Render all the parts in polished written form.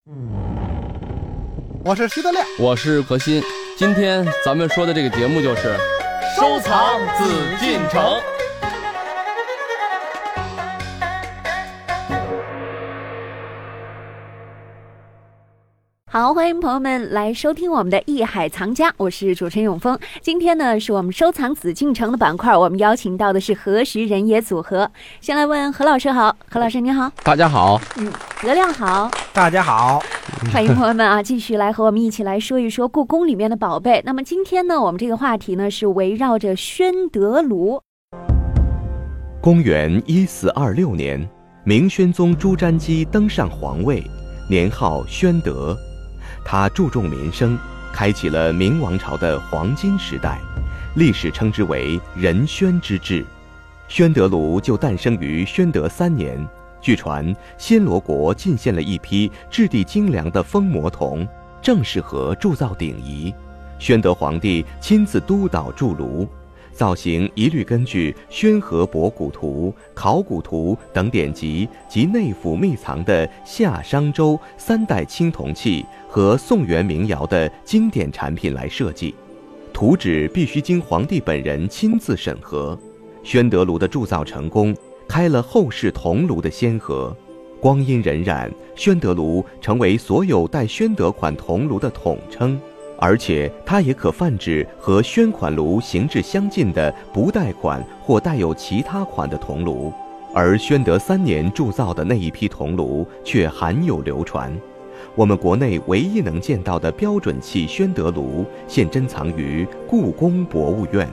我是徐德亮， 我是何鑫。今天咱们说的这个节目就是收藏紫禁城。 好，欢迎朋友们来收听我们的艺海藏家，我是主持人永峰。今天呢是我们收藏紫禁城的板块，我们邀请到的是何时人也组合。先来问何老师好。何老师你好。 大家好。 德亮好。 大家好。 欢迎朋友们啊，继续来和我们一起来说一说故宫里面的宝贝。那么今天呢，我们这个话题呢是围绕着宣德炉。 公元1426年，明宣宗朱瞻基登上皇位，年号宣德。他注重民生，开启了明王朝的黄金时代，历史称之为仁宣之治。宣德炉就诞生于宣德3年。据传，暹罗国进献了一批质地精良的封膜铜，正适合铸造鼎仪。宣德皇帝亲自督导铸炉，造型一律根据《宣和博古图》《考古图》等典籍及内府秘藏的夏商周3代青铜器和宋元民窑的经典产品来设计，图纸必须经皇帝本人亲自审核。宣德炉的铸造成功，开了后世铜炉的先河。光阴荏苒，宣德炉成为所有带宣德款铜炉的统称，而且它也可泛指和宣款炉形制相近的不带款或带有其他款的铜炉。而宣德3年铸造的那一批铜炉却罕有流传。我们国内唯一能见到的标准器宣德炉现珍藏于故宫博物院。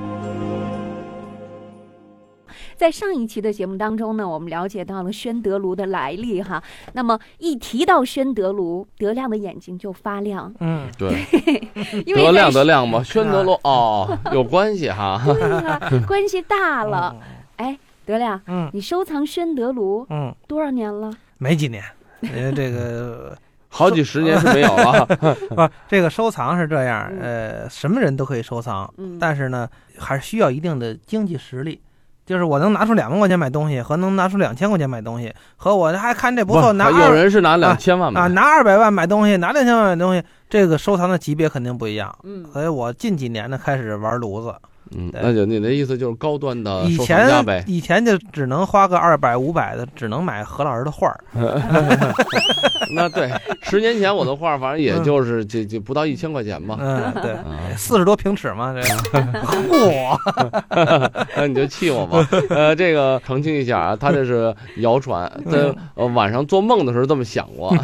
在上一期的节目当中呢，我们了解到了宣德炉的来历哈。那么一提到宣德炉，德亮的眼睛就发亮。 对， 因为德亮嘛，宣德炉有关系哈。 对啊，关系大了。哎，德亮，你收藏宣德炉多少年了？ 没几年，因为这个好几十年是没有了。 这个收藏是这样，什么人都可以收藏，但是呢，还是需要一定的经济实力。就是我能拿出2万块钱买东西，和能拿出2000块钱买东西，和我还看这不错， 有人是拿2000万买拿200万买东西，拿2000万买东西，这个收藏的级别肯定不一样。所以我近几年呢开始玩炉子。 那就你的意思就是高端的收藏家呗。 以前就只能花个200、500的，只能买何老师的画。 那对，10年前我的画反正也就是就不到1000块钱嘛。 对，40多平尺嘛，这嚯！ 那你就气我吧。这个澄清一下啊，他这是谣传。在晚上做梦的时候这么想过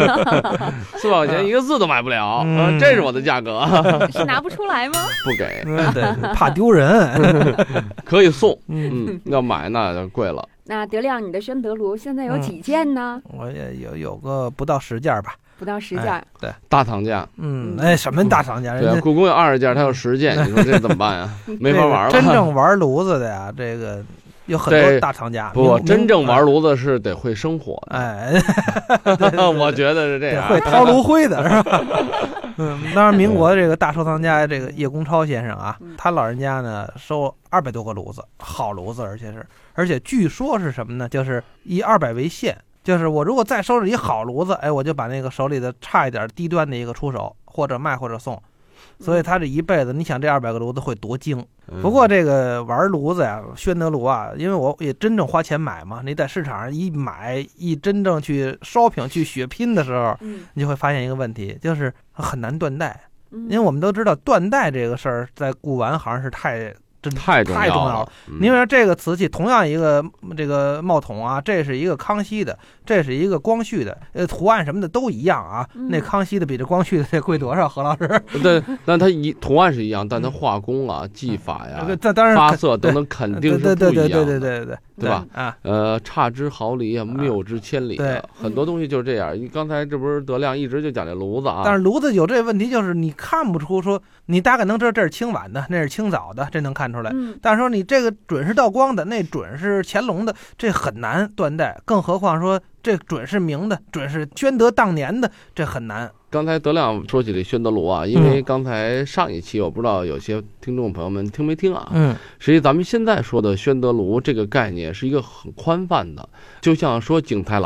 ，400块钱一个字都买不了。这是我的价格。 是拿不出来吗？ 不给。 对，怕丢人。 可以送。要买那就贵了。 那德亮，你的宣德炉现在有几件呢？ 我也有个不到10件吧。 不到10件。 对， 大藏家。 什么大藏家？ 对，故宫有20件，他有10件，你说这怎么办呀？没法玩了。 真正玩炉子的呀，这个有很多大藏家。 不，真正玩炉子是得会生火。我觉得是这样。 会掏炉灰的是吧？当然，民国这个大收藏家这个叶公超先生啊，他老人家呢收200多个炉子，好炉子，而且据说是什么呢？就是以200为限，就是我如果再收拾一好炉子，我就把那个手里的差一点低端的一个出手，或者卖或者送。所以他这一辈子，你想这200个炉子会多精？不过这个玩炉子呀，宣德炉啊，因为我也真正花钱买嘛，你在市场上一买，真正去shopping去血拼的时候，你就会发现一个问题，就是很难断代。因为我们都知道断代这个事儿在古玩行是太重要了。因为这个瓷器同样一个这个帽筒啊，这是一个康熙的，这是一个光绪的，图案什么的都一样啊。那康熙的比这光绪的得贵多少？何老师？ 对，但它图案是一样，但它画工啊、技法呀、 当然发色等等肯定是不一样的。对吧？差之毫厘啊，谬之千里。对，很多东西就是这样。你刚才这不是德亮一直就讲这炉子啊？ 但是炉子有这问题，就是你看不出说，你大概能知道这是清晚的，那是清早的，这能看出来。但是说你这个准是道光的，那准是乾隆的，这很难断代。更何况说这准是明的，准是宣德当年的，这很难。 刚才德亮说起这宣德炉啊，因为刚才上一期我不知道有些听众朋友们听没听啊？实际咱们现在说的宣德炉这个概念是一个很宽泛的，就像说景泰蓝，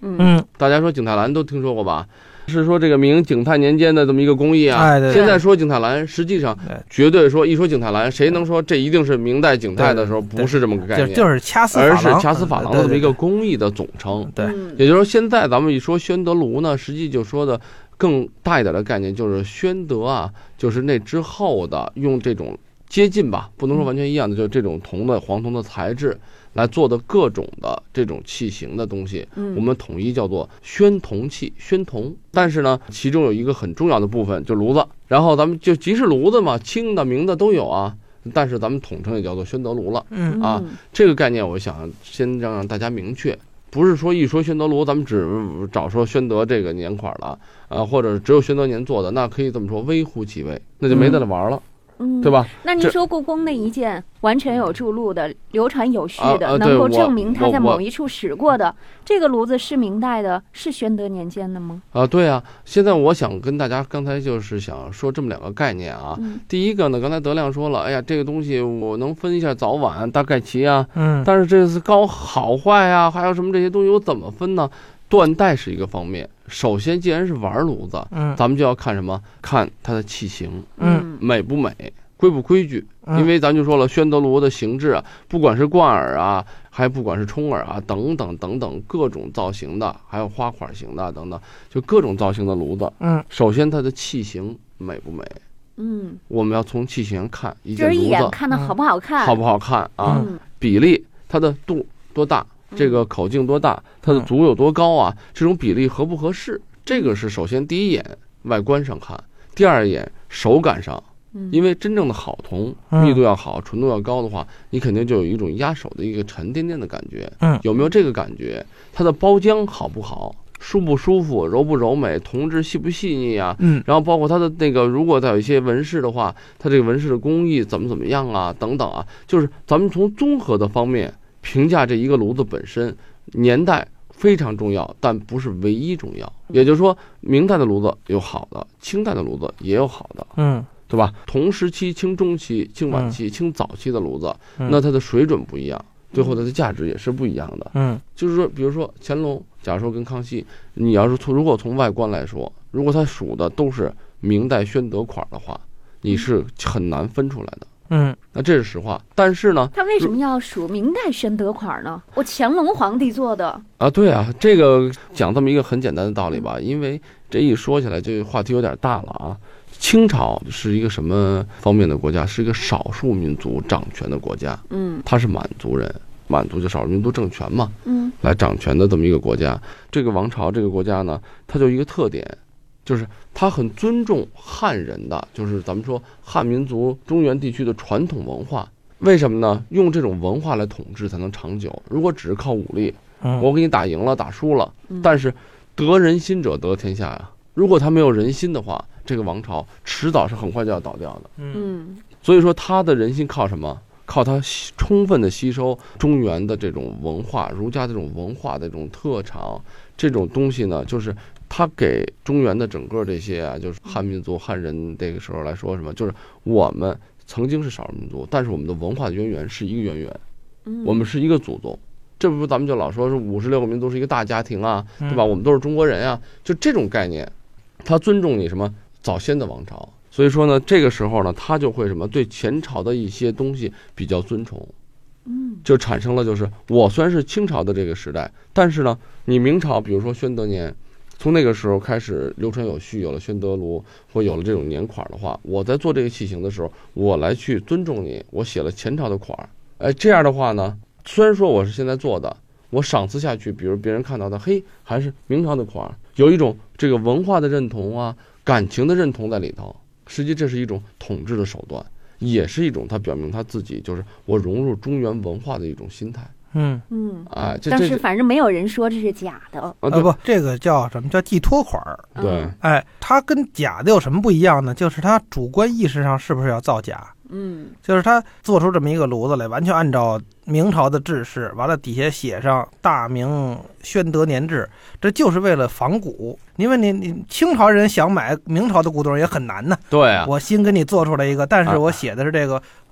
大家说景泰蓝都听说过吧？是说这个明景泰年间的这么一个工艺啊。 哎，对。 现在说景泰蓝，实际上绝对说一说景泰蓝，谁能说这一定是明代景泰的时候？不是这么个概念， 就是掐丝珐琅， 而是掐丝珐琅的这么一个工艺的总称。 对， 也就是说，现在咱们一说宣德炉呢，实际就说的更大一点的概念，就是宣德啊，就是那之后的用这种接近吧，不能说完全一样的，就是这种黄铜的材质来做的各种的这种器型的东西，我们统一叫做宣铜器、宣铜。但是呢，其中有一个很重要的部分，就炉子。然后咱们就即是炉子嘛，清的、明的都有啊。但是咱们统称也叫做宣德炉了。这个概念我想先让大家明确，不是说一说宣德炉，咱们只找说宣德这个年款了，或者只有宣德年做的，那可以这么说，微乎其微，那就没得玩了。对吧？ 那您说故宫那一件完全有注录的、流传有序的，能够证明它在某一处使过的这个炉子是明代的，是宣德年间的吗？ 对啊。现在我想跟大家刚才就是想说这么两个概念啊。第一个呢，刚才德亮说了，哎呀，这个东西我能分一下早晚大概齐啊。但是这是高好坏啊，还有什么这些东西我怎么分呢？断代是一个方面。首先，既然是玩炉子，咱们就要看什么？看它的器型，美不美，规不规矩。因为咱就说了，宣德炉的形制啊，不管是贯耳啊，还不管是冲耳啊，等等等等各种造型的，还有花款型的等等，就各种造型的炉子。首先它的器型美不美？我们要从器型看一件炉子， 就是一眼看它好不好看， 好不好看啊？比例，它的度多大？这个口径多大，它的足有多高啊？这种比例合不合适？这个是首先第一眼外观上看，第二眼手感上，因为真正的好铜密度要好，纯度要高的话，你肯定就有一种压手的一个沉甸甸的感觉。有没有这个感觉？它的包浆好不好？舒不舒服？柔不柔美？铜质细不细腻啊？然后包括它的那个，如果它有一些纹饰的话，它这个纹饰的工艺怎么样啊？等等啊，就是咱们从综合的方面评价这一个炉子本身。年代非常重要，但不是唯一重要。也就是说，明代的炉子有好的，清代的炉子也有好的，对吧？同时期、清中期、清晚期、清早期的炉子，那它的水准不一样，最后它的价值也是不一样的。就是说，比如说乾隆，假如说跟康熙，你要是如果从外观来说，如果它属的都是明代宣德款的话，你是很难分出来的。那这是实话。但是呢， 他为什么要属明代宣德款呢？我乾隆皇帝做的啊，对啊，这个讲这么一个很简单的道理吧，因为这一说起来，这个话题有点大了啊。清朝是一个什么方面的国家？是一个少数民族掌权的国家。他是满族人，满族就少数民族政权嘛，来掌权的这么一个国家。这个王朝，这个国家呢，它就一个特点。就是他很尊重汉人的，就是咱们说汉民族中原地区的传统文化。为什么呢？用这种文化来统治才能长久。如果只是靠武力，我给你打赢了、打输了，但是得人心者得天下呀。如果他没有人心的话，这个王朝迟早是很快就要倒掉的。所以说他的人心靠什么？靠他充分的吸收中原的这种文化，儒家这种文化的这种特长，这种东西呢，就是他给中原的整个这些啊，就是汉民族、汉人这个时候来说什么，就是我们曾经是少数民族，但是我们的文化的渊源是一个渊源，我们是一个祖宗。这不是咱们就老说是56个民族是一个大家庭啊，对吧？我们都是中国人啊，就这种概念，他尊重你什么早先的王朝。所以说呢，这个时候呢，他就会什么对前朝的一些东西比较尊崇，就产生了就是我虽然是清朝的这个时代，但是呢，你明朝比如说宣德年，从那个时候开始流传有序，有了宣德炉或有了这种年款的话，我在做这个器型的时候，我来去尊重你，我写了前朝的款，这样的话呢，虽然说我是现在做的，我赏赐下去，比如别人看到的，嘿，还是明朝的款，有一种这个文化的认同啊，感情的认同在里头。实际这是一种统治的手段，也是一种他表明他自己就是我融入中原文化的一种心态。 但是反正没有人说这是假的不，这个叫什么叫寄托款？ 对， 它跟假的有什么不一样呢？就是它主观意识上是不是要造假？就是他做出这么一个炉子来，完全按照明朝的制式，完了底下写上大明宣德年制，这就是为了仿古。因为你清朝人想买明朝的古董也很难呢。 对啊， 我新给你做出来一个，但是我写的是这个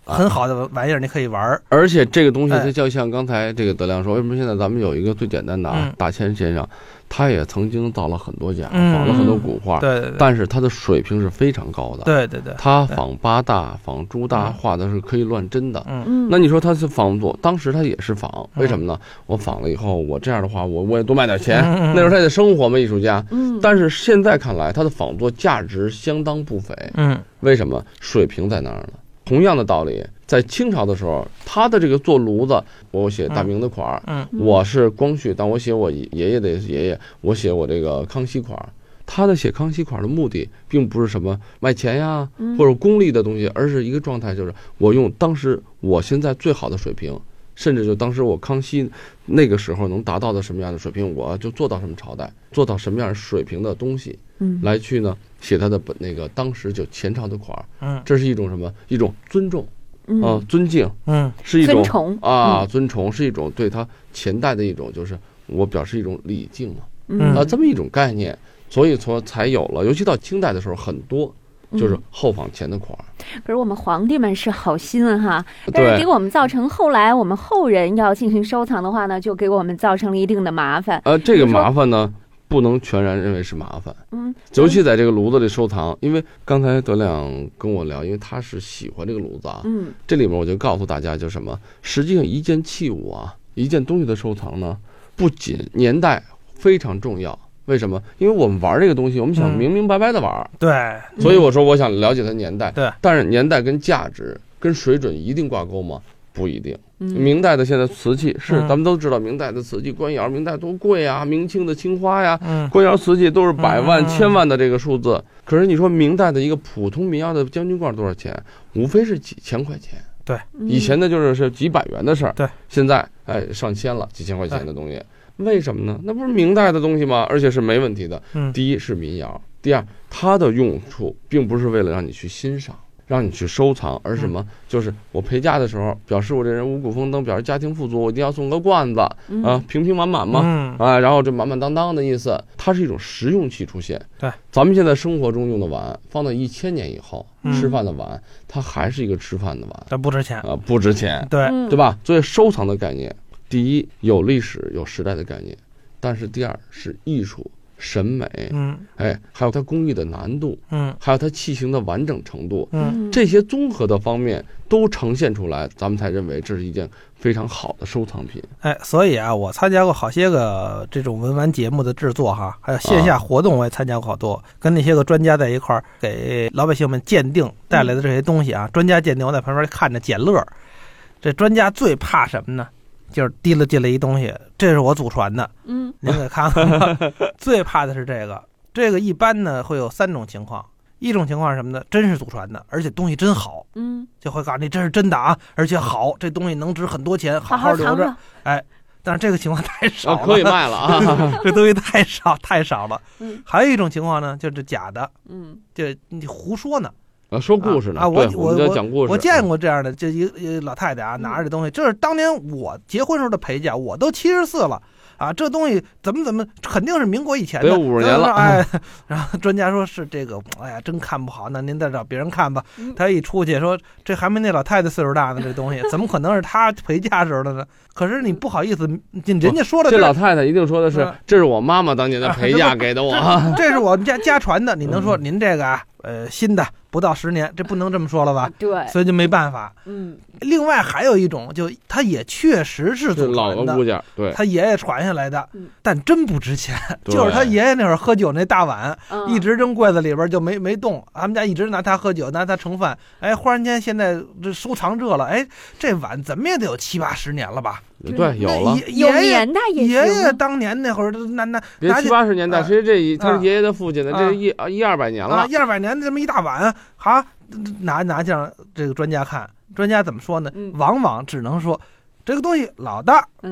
很好的玩意儿，你可以玩。 而且这个东西，它就像刚才这个德亮说，为什么现在咱们有一个最简单的大千先生，他也曾经造了很多家，仿了很多古画， 对， 但是他的水平是非常高的。 对， 他仿八大、仿朱大画的是可以乱真的。 嗯， 那你说他是仿作，当时他也是仿，为什么呢？我仿了以后，我这样的话，我也多卖点钱。那时候他得生活嘛，艺术家。但是现在看来，他的仿作价值相当不菲。为什么？水平在那儿呢？同样的道理，在清朝的时候，他的这个做炉子，我写大明的款我是光绪，但我写我爷爷的爷爷，我写我这个康熙款他的写康熙款的目的，并不是什么卖钱呀，或者功利的东西，而是一个状态，就是我用当时我现在最好的水平，甚至就当时我康熙那个时候能达到的什么样的水平，我就做到什么朝代，做到什么样水平的东西，来去呢写他的那个当时就前朝的款这是一种什么？一种尊重。尊敬，是一种尊崇是一种对他前代的一种，就是我表示一种礼敬嘛，这么一种概念，所以说才有了，尤其到清代的时候，很多就是后仿前的款。 可是我们皇帝们是好心哈，但是给我们造成后来我们后人要进行收藏的话呢，就给我们造成了一定的麻烦。 这个麻烦呢，不能全然认为是麻烦，尤其在这个炉子里收藏，因为刚才德亮跟我聊，因为他是喜欢这个炉子啊，这里面我就告诉大家，就什么，实际上一件器物啊，一件东西的收藏呢，不仅年代非常重要，为什么？因为我们玩这个东西，我们想明明白白的玩， 对， 所以我说我想了解它年代， 对， 但是年代跟价值跟水准一定挂钩吗？不一定。明代的现在瓷器是咱们都知道，明代的瓷器官窑，明代多贵啊，明清的青花呀，官窑瓷器都是百万、千万的这个数字。可是你说明代的一个普通民窑的将军罐多少钱？无非是几千块钱。 对， 以前的就是几百元的事儿。 对， 现在上千了，几千块钱的东西，为什么呢？那不是明代的东西吗？而且是没问题的。第一是民窑，第二它的用处并不是为了让你去欣赏，让你去收藏，而什么？就是我陪嫁的时候，表示我这人五谷丰登，表示家庭富足，我一定要送个罐子啊，平平满满嘛，然后这满满当当的意思，它是一种实用器出现。 对， 咱们现在生活中用的碗，放到1000年以后，吃饭的碗，它还是一个吃饭的碗， 它不值钱啊，不值钱， 对吧？所以收藏的概念，第一有历史有时代的概念，但是第二是艺术。审美，还有它工艺的难度，还有它器型的完整程度，这些综合的方面都呈现出来，咱们才认为这是一件非常好的收藏品。 所以啊，我参加过好些个这种文玩节目的制作哈，还有线下活动我也参加过好多，跟那些个专家在一块儿给老百姓们鉴定带来的这些东西啊，专家鉴定我在旁边看着捡乐。这专家最怕什么呢？就是提了进来一东西，这是我祖传的，您给看看吧。最怕的是这个一般呢会有3种情况，一种情况是什么呢？真是祖传的，而且东西真好，就会告诉你这是真的啊，而且好，这东西能值很多钱，好好留着。但是这个情况太少了， 可以卖了啊， 这东西太少了。还有一种情况呢，就是假的，就你胡说呢。 说故事呢我讲故事。 我见过这样的，就一个老太太啊，拿着这东西，这是当年我结婚时候的陪嫁，我都74了啊，这东西怎么肯定是民国以前的， 得有50年了。 然后专家说是这个，哎呀，真看不好，那您再找别人看吧。他一出去说，这还没那老太太岁数大呢，这东西怎么可能是他陪嫁时候的呢？可是你不好意思，人家说的这老太太一定说的是，这是我妈妈当年的陪嫁给的我， 这是我们家传的。你能说您这个啊？新的不到10年，这不能这么说了吧？ 对， 所以就没办法。另外还有一种，就它也确实是祖传的老的物件，对， 他爷爷传下来的，但真不值钱。就是他爷爷那会儿喝酒那大碗，一直扔柜子里边就没动，他们家一直拿它喝酒，拿它盛饭。忽然间现在这收藏这了，这碗怎么也得有70、80年了吧？ 对，有了， 有年代也行。 爷爷当年那会儿，那别70、80年代，谁他是爷爷的父亲的，这100-200年了 ，100-200年这么一大碗，好拿向这个专家看，专家怎么说呢？往往只能说这个东西老的，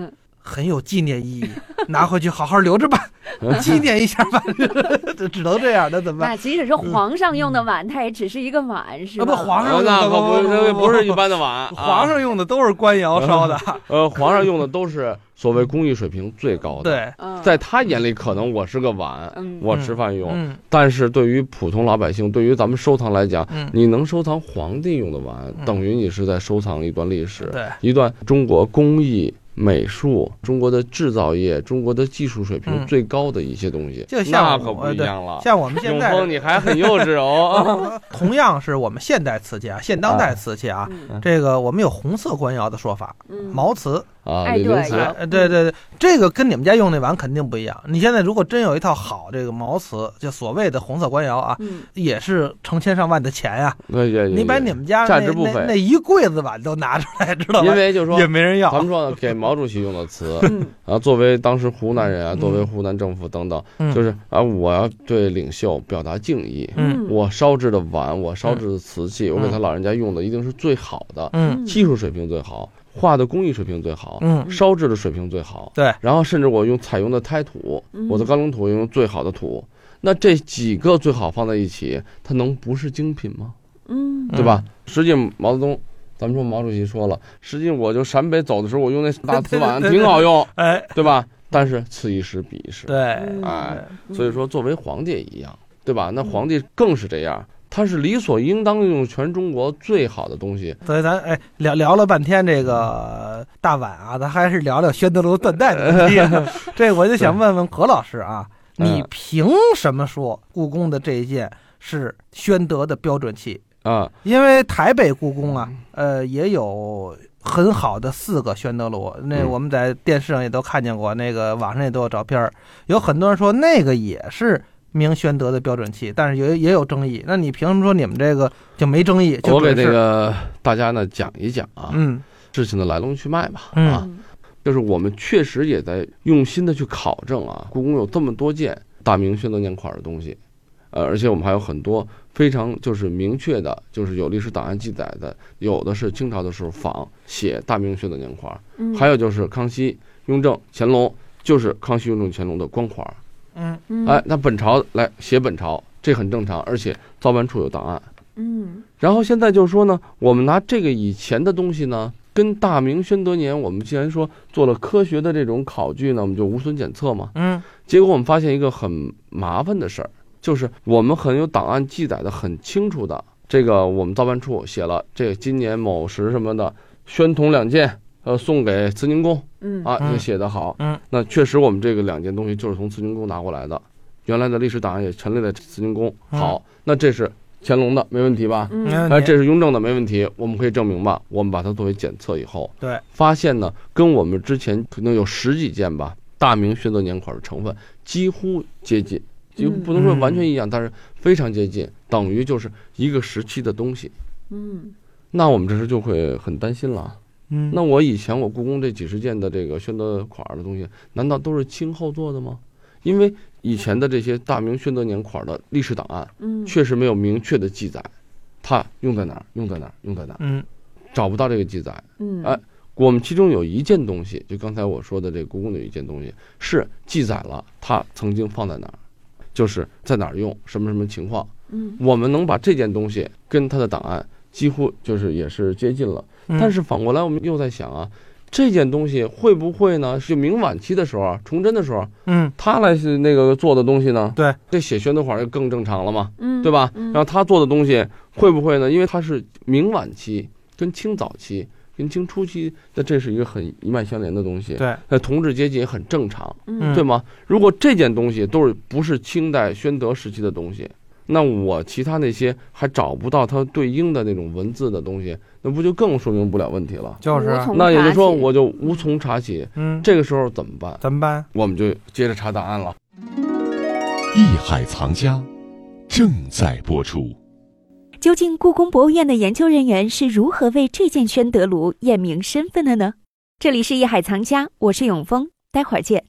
很有纪念意义，拿回去好好留着吧，纪念一下吧。只能这样，那怎么办？ 那即使是皇上用的碗，它也只是一个碗，是吧？ 不，皇上用那的可不是一般的碗， 皇上用的都是官窑烧的。 皇上用的都是所谓工艺水平最高的。 对， 在他眼里，可能我是个碗，我吃饭用。但是对于普通老百姓，对于咱们收藏来讲，你能收藏皇帝用的碗，等于你是在收藏一段历史， 对， 一段中国工艺。美术，中国的制造业，中国的技术水平最高的一些东西， 就像那可不一样了。 像我们现在， 永丰你还很幼稚哦。 同样是我们现代瓷器啊，现当代瓷器啊，这个我们有红色官窑的说法，毛瓷啊，李林瓷， 对，这个跟你们家用那碗肯定不一样。你现在如果真有一套好这个毛瓷，就所谓的红色官窑啊，也是成千上万的钱呀。你把你们家价值不菲那一柜子碗都拿出来，知道吗？ 因为就说也没人要。 咱们说给毛主席用的瓷，作为当时湖南人啊，作为湖南政府等等，就是啊，我要对领袖表达敬意。我烧制的碗，我烧制的瓷器，我给他老人家用的一定是最好的，技术水平最好。画的工艺水平最好，烧制的水平最好， 对， 然后甚至我采用的胎土，我的高岭土用最好的土，那这几个最好放在一起，它能不是精品吗？对吧？实际毛泽东，咱们说毛主席说了，实际我就陕北走的时候，我用那大瓷碗挺好用，哎，对吧？但是此一时彼一时， 对， 哎，所以说作为皇帝也一样，对吧？那皇帝更是这样。他是理所应当用全中国最好的东西， 所以咱聊了半天这个大碗啊，咱还是聊聊宣德炉断代的问题。这我就想问问何老师啊，你凭什么说故宫的这一件是宣德的标准器啊？因为台北故宫啊，也有很好的4个宣德炉，那我们在电视上也都看见过，那个网上也都有照片，有很多人说那个也是明宣德的标准器，但是也有争议。那你凭什么说你们这个就没争议？ 我给这个大家呢讲一讲啊，事情的来龙去脉吧。就是我们确实也在用心的去考证啊，故宫有这么多件大明宣德年款的东西，而且我们还有很多非常就是明确的，就是有历史档案记载的，有的是清朝的时候仿写大明宣德年款，还有就是康熙、雍正、乾隆，就是康熙、雍正、乾隆的官款。哎，那本朝来写本朝，这很正常，而且造办处有档案。然后现在就是说呢，我们拿这个以前的东西呢，跟大明宣德年，我们既然说做了科学的这种考据呢，我们就无损检测嘛。结果我们发现一个很麻烦的事儿，就是我们很有档案记载的很清楚的，这个我们造办处写了，这个今年某时什么的，宣统2件。送给慈宁宫，就写得好，那确实我们这个2件东西就是从慈宁宫拿过来的，原来的历史档案也陈列在慈宁宫。好，那这是乾隆的，没问题吧？这是雍正的，没问题，我们可以证明吧？我们把它作为检测以后，对，发现呢，跟我们之前可能有10几件吧，大明宣德年款的成分几乎接近，几乎不能说完全一样，但是非常接近，等于就是一个时期的东西。那我们这时就会很担心了。那我以前我故宫这几十件的这个宣德款的东西，难道都是清后做的吗？因为以前的这些大明宣德年款的历史档案，确实没有明确的记载，它用在哪儿，用在哪儿，用在哪儿，找不到这个记载。哎，我们其中有一件东西，就刚才我说的这个故宫的一件东西，是记载了它曾经放在哪儿，就是在哪儿用，什么什么情况。我们能把这件东西跟它的档案几乎就是也是接近了。但是反过来我们又在想啊，这件东西会不会呢是明晚期的时候崇祯的时候他来是那个做的东西呢？对，这写宣德款就更正常了嘛，对吧？然后他做的东西会不会呢？因为他是明晚期跟清早期跟清初期的，这是一个很一脉相连的东西。对，那同治阶级也很正常，对吗？如果这件东西都不是清代宣德时期的东西，那我其他那些还找不到它对应的那种文字的东西，那不就更说明不了问题了？就是，那也就是说我就无从查起。这个时候怎么办？怎么办？我们就接着查档案了。 艺海藏家正在播出。 究竟故宫博物院的研究人员是如何为这件宣德炉验明身份的呢？这里是艺海藏家，我是永峰，待会儿见。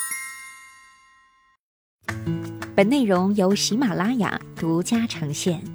本内容由喜马拉雅独家呈现。